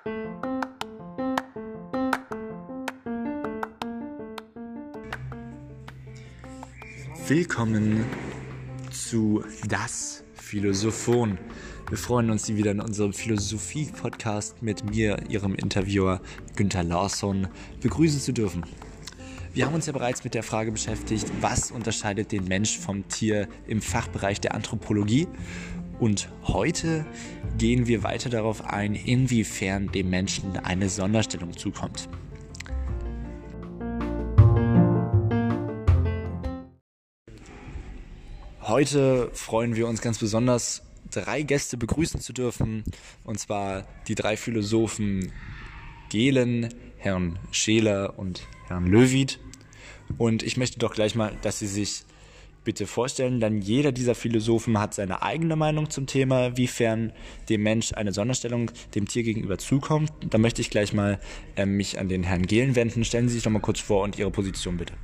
Willkommen zu Das Philosophon. Wir freuen uns, Sie wieder in unserem Philosophie-Podcast mit mir, Ihrem Interviewer Günther Larsson, begrüßen zu dürfen. Wir haben uns ja bereits mit der Frage beschäftigt, was unterscheidet den Mensch vom Tier im Fachbereich der Anthropologie? Und heute gehen wir weiter darauf ein, inwiefern dem Menschen eine Sonderstellung zukommt. Heute freuen wir uns ganz besonders, 3 Gäste begrüßen zu dürfen, und zwar die 3 Philosophen Gehlen, Herrn Scheler und Herrn Löwit. Und ich möchte doch gleich mal, dass Sie sich bitte vorstellen, denn jeder dieser Philosophen hat seine eigene Meinung zum Thema, wiefern dem Mensch eine Sonderstellung dem Tier gegenüber zukommt. Da möchte ich gleich mal mich an den Herrn Gehlen wenden. Stellen Sie sich doch mal kurz vor und Ihre Position bitte.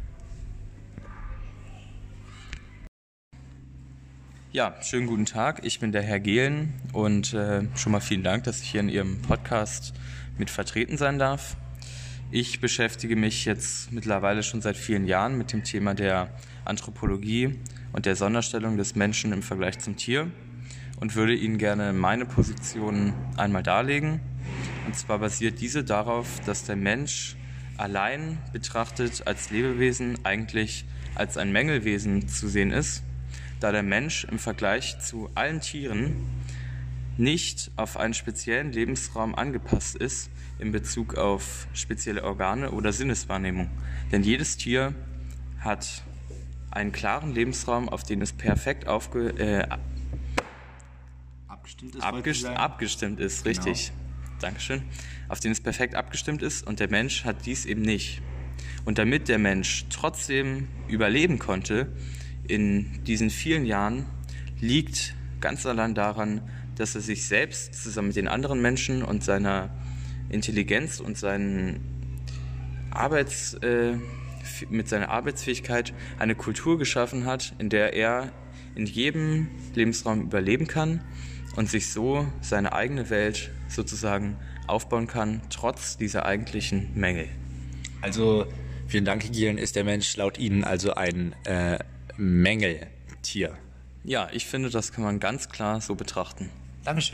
Ja, schönen guten Tag. Ich bin der Herr Gehlen und schon mal vielen Dank, dass ich hier in Ihrem Podcast mit vertreten sein darf. Ich beschäftige mich jetzt mittlerweile schon seit vielen Jahren mit dem Thema der Anthropologie und der Sonderstellung des Menschen im Vergleich zum Tier und würde Ihnen gerne meine Position einmal darlegen. Und zwar basiert diese darauf, dass der Mensch allein betrachtet als Lebewesen eigentlich als ein Mängelwesen zu sehen ist, da der Mensch im Vergleich zu allen Tieren nicht auf einen speziellen Lebensraum angepasst ist in Bezug auf spezielle Organe oder Sinneswahrnehmung. Denn jedes Tier hat einen klaren Lebensraum, auf den es perfekt abgestimmt ist, richtig. Genau. Dankeschön. Auf den es perfekt abgestimmt ist, und der Mensch hat dies eben nicht. Und damit der Mensch trotzdem überleben konnte, in diesen vielen Jahren, liegt ganz allein daran, dass er sich selbst zusammen mit den anderen Menschen und seiner Intelligenz und mit seiner Arbeitsfähigkeit eine Kultur geschaffen hat, in der er in jedem Lebensraum überleben kann und sich so seine eigene Welt sozusagen aufbauen kann, trotz dieser eigentlichen Mängel. Also, vielen Dank, Herr Gehlen. Ist der Mensch laut Ihnen also ein Mängeltier? Ja, ich finde, das kann man ganz klar so betrachten. Dankeschön.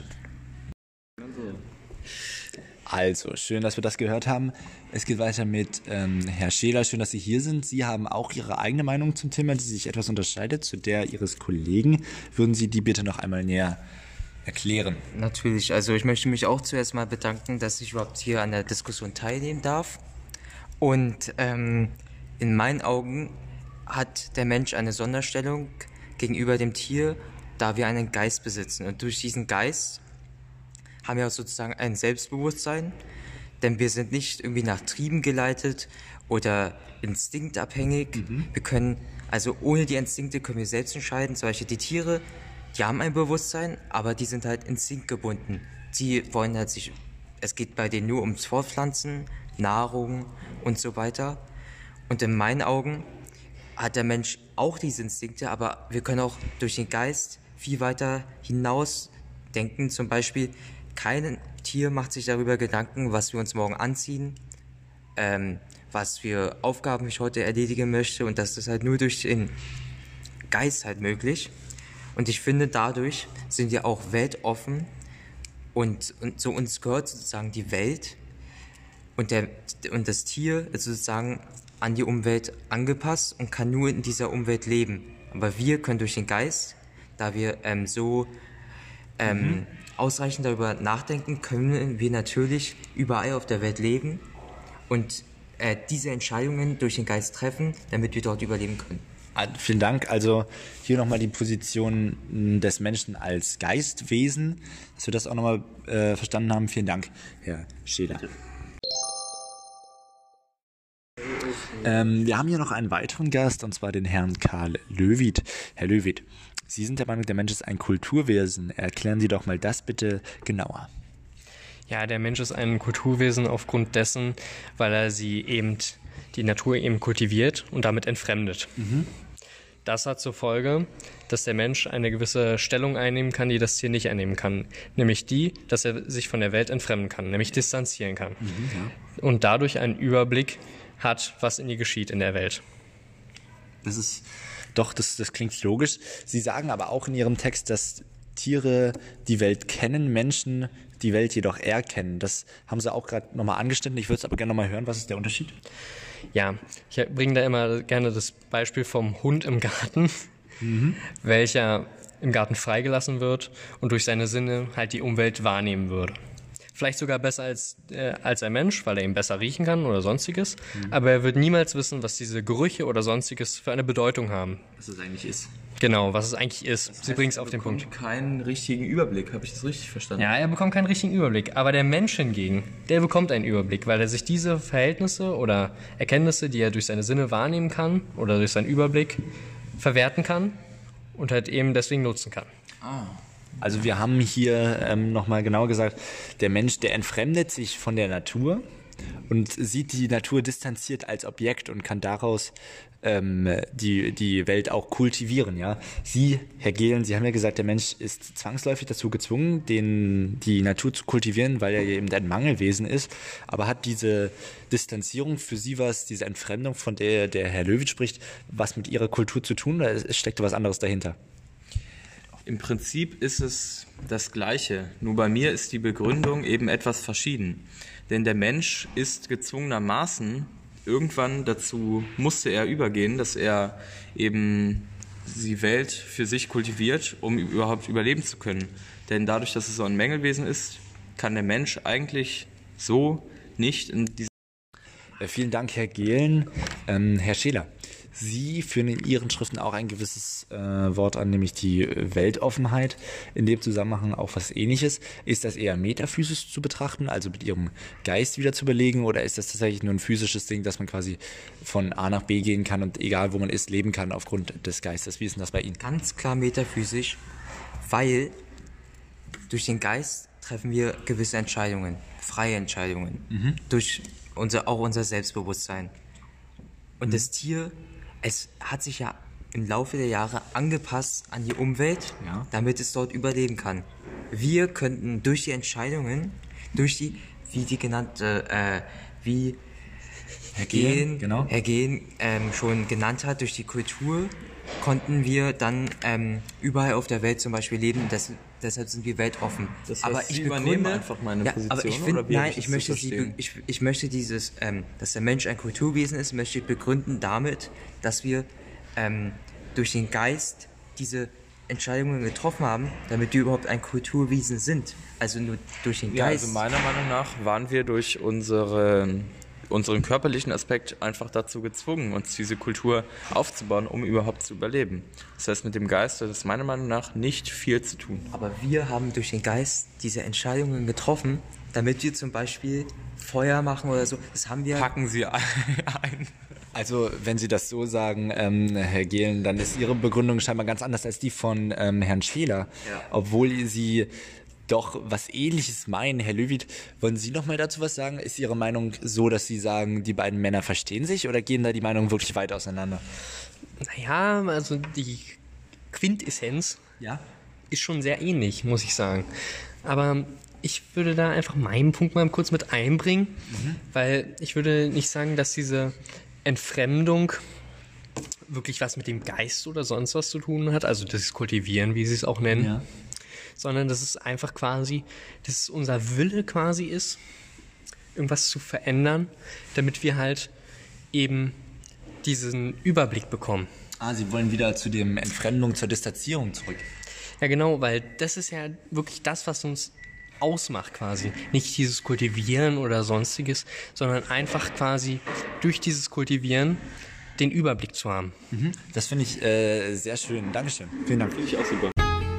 Also, schön, dass wir das gehört haben. Es geht weiter mit Herr Scheler. Schön, dass Sie hier sind. Sie haben auch Ihre eigene Meinung zum Thema, die sich etwas unterscheidet zu der Ihres Kollegen. Würden Sie die bitte noch einmal näher erklären? Natürlich. Also ich möchte mich auch zuerst mal bedanken, dass ich überhaupt hier an der Diskussion teilnehmen darf. Und in meinen Augen hat der Mensch eine Sonderstellung gegenüber dem Tier, da wir einen Geist besitzen. Und durch diesen Geist haben wir auch sozusagen ein Selbstbewusstsein, denn wir sind nicht irgendwie nach Trieben geleitet oder instinktabhängig. Wir können, also ohne die Instinkte können wir selbst entscheiden. Zum Beispiel die Tiere, die haben ein Bewusstsein, aber die sind halt instinktgebunden. Die wollen halt es geht bei denen nur ums Fortpflanzen, Nahrung und so weiter. Und in meinen Augen hat der Mensch auch diese Instinkte, aber wir können auch durch den Geist viel weiter hinaus denken. Zum Beispiel, kein Tier macht sich darüber Gedanken, was wir uns morgen anziehen, was für Aufgaben ich heute erledigen möchte, und das ist halt nur durch den Geist halt möglich. Und ich finde, dadurch sind wir auch weltoffen und so uns gehört sozusagen die Welt und das Tier ist sozusagen an die Umwelt angepasst und kann nur in dieser Umwelt leben. Aber wir können durch den Geist, da wir ausreichend darüber nachdenken, können wir natürlich überall auf der Welt leben und diese Entscheidungen durch den Geist treffen, damit wir dort überleben können. Vielen Dank. Also hier nochmal die Position des Menschen als Geistwesen, dass wir das auch nochmal verstanden haben. Vielen Dank, Herr Scheler. Wir haben hier noch einen weiteren Gast, und zwar den Herrn Karl Löwit. Herr Löwit, Sie sind der Meinung, der Mensch ist ein Kulturwesen. Erklären Sie doch mal das bitte genauer. Ja, der Mensch ist ein Kulturwesen aufgrund dessen, weil er die Natur eben kultiviert und damit entfremdet. Das hat zur Folge, dass der Mensch eine gewisse Stellung einnehmen kann, die das Tier nicht einnehmen kann. Nämlich die, dass er sich von der Welt entfremden kann, nämlich distanzieren kann. Und dadurch einen Überblick hat, was in ihr geschieht in der Welt. Das klingt logisch. Sie sagen aber auch in Ihrem Text, dass Tiere die Welt kennen, Menschen die Welt jedoch erkennen. Das haben Sie auch gerade nochmal angeschnitten. Ich würde es aber gerne nochmal hören. Was ist der Unterschied? Ja, ich bringe da immer gerne das Beispiel vom Hund im Garten, welcher im Garten freigelassen wird und durch seine Sinne halt die Umwelt wahrnehmen würde. Vielleicht sogar besser als ein Mensch, weil er ihn besser riechen kann oder sonstiges. Aber er wird niemals wissen, was diese Gerüche oder sonstiges für eine Bedeutung haben. Was es eigentlich ist. Genau, was es eigentlich ist. Sie bringt es auf den Punkt. Er bekommt keinen richtigen Überblick. Habe ich das richtig verstanden? Ja, er bekommt keinen richtigen Überblick. Aber der Mensch hingegen, der bekommt einen Überblick, weil er sich diese Verhältnisse oder Erkenntnisse, die er durch seine Sinne wahrnehmen kann oder durch seinen Überblick verwerten kann und halt eben deswegen nutzen kann. Also wir haben hier nochmal genauer gesagt, der Mensch, der entfremdet sich von der Natur und sieht die Natur distanziert als Objekt und kann daraus die Welt auch kultivieren. Ja? Sie, Herr Gehlen, Sie haben ja gesagt, der Mensch ist zwangsläufig dazu gezwungen, die Natur zu kultivieren, weil er eben ein Mangelwesen ist. Aber hat diese Distanzierung für Sie diese Entfremdung, von der der Herr Löwitsch spricht, was mit Ihrer Kultur zu tun, oder steckt da was anderes dahinter? Im Prinzip ist es das Gleiche, nur bei mir ist die Begründung eben etwas verschieden. Denn der Mensch ist gezwungenermaßen, irgendwann dazu musste er übergehen, dass er eben die Welt für sich kultiviert, um überhaupt überleben zu können. Denn dadurch, dass es so ein Mängelwesen ist, kann der Mensch eigentlich so nicht in diese... Vielen Dank, Herr Gehlen. Herr Scheler, Sie führen in Ihren Schriften auch ein gewisses Wort an, nämlich die Weltoffenheit. In dem Zusammenhang auch was Ähnliches. Ist das eher metaphysisch zu betrachten, also mit Ihrem Geist wieder zu belegen, oder ist das tatsächlich nur ein physisches Ding, dass man quasi von A nach B gehen kann und egal wo man ist, leben kann aufgrund des Geistes? Wie ist denn das bei Ihnen? Ganz klar metaphysisch, weil durch den Geist treffen wir gewisse Entscheidungen, freie Entscheidungen, durch unser Selbstbewusstsein. Und das Tier, es hat sich ja im Laufe der Jahre angepasst an die Umwelt, damit es dort überleben kann. Wir könnten durch die Entscheidungen, wie Herr Gehlen schon genannt hat, durch die Kultur, konnten wir dann überall auf der Welt zum Beispiel leben. Deshalb sind wir weltoffen. Das heißt, Sie übernehmen einfach meine Position? Ich möchte dieses, dass der Mensch ein Kulturwesen ist, möchte ich begründen damit, dass wir durch den Geist diese Entscheidungen getroffen haben, damit wir überhaupt ein Kulturwesen sind. Also nur durch den Geist. Also meiner Meinung nach waren wir durch unseren körperlichen Aspekt einfach dazu gezwungen, uns diese Kultur aufzubauen, um überhaupt zu überleben. Das heißt, mit dem Geist hat es meiner Meinung nach nicht viel zu tun. Aber wir haben durch den Geist diese Entscheidungen getroffen, damit wir zum Beispiel Feuer machen oder so. Das haben wir... Packen Sie ein. Also, wenn Sie das so sagen, Herr Gehlen, dann ist Ihre Begründung scheinbar ganz anders als die von Herrn Scheler. Ja. Obwohl Sie doch was Ähnliches meinen. Herr Löwit, wollen Sie noch mal dazu was sagen? Ist Ihre Meinung so, dass Sie sagen, die beiden Männer verstehen sich, oder gehen da die Meinungen wirklich weit auseinander? Naja, also die Quintessenz ist schon sehr ähnlich, muss ich sagen. Aber ich würde da einfach meinen Punkt mal kurz mit einbringen, weil ich würde nicht sagen, dass diese Entfremdung wirklich was mit dem Geist oder sonst was zu tun hat, also das Kultivieren, wie Sie es auch nennen, sondern dass es einfach quasi, dass es unser Wille quasi ist, irgendwas zu verändern, damit wir halt eben diesen Überblick bekommen. Sie wollen wieder zu dem Entfremdung, zur Distanzierung zurück. Ja, genau, weil das ist ja wirklich das, was uns ausmacht quasi. Nicht dieses Kultivieren oder sonstiges, sondern einfach quasi durch dieses Kultivieren den Überblick zu haben. Das finde ich sehr schön. Dankeschön. Vielen Dank. Finde ich auch super.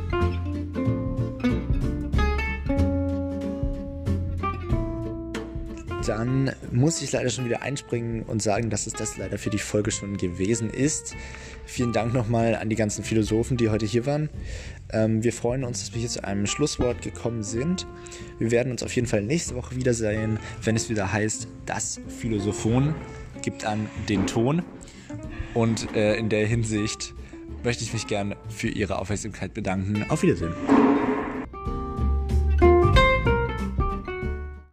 Dann muss ich leider schon wieder einspringen und sagen, dass es das leider für die Folge schon gewesen ist. Vielen Dank nochmal an die ganzen Philosophen, die heute hier waren. Wir freuen uns, dass wir hier zu einem Schlusswort gekommen sind. Wir werden uns auf jeden Fall nächste Woche wiedersehen, wenn es wieder heißt, das Philosophon gibt an den Ton. Und in der Hinsicht möchte ich mich gern für Ihre Aufmerksamkeit bedanken. Auf Wiedersehen.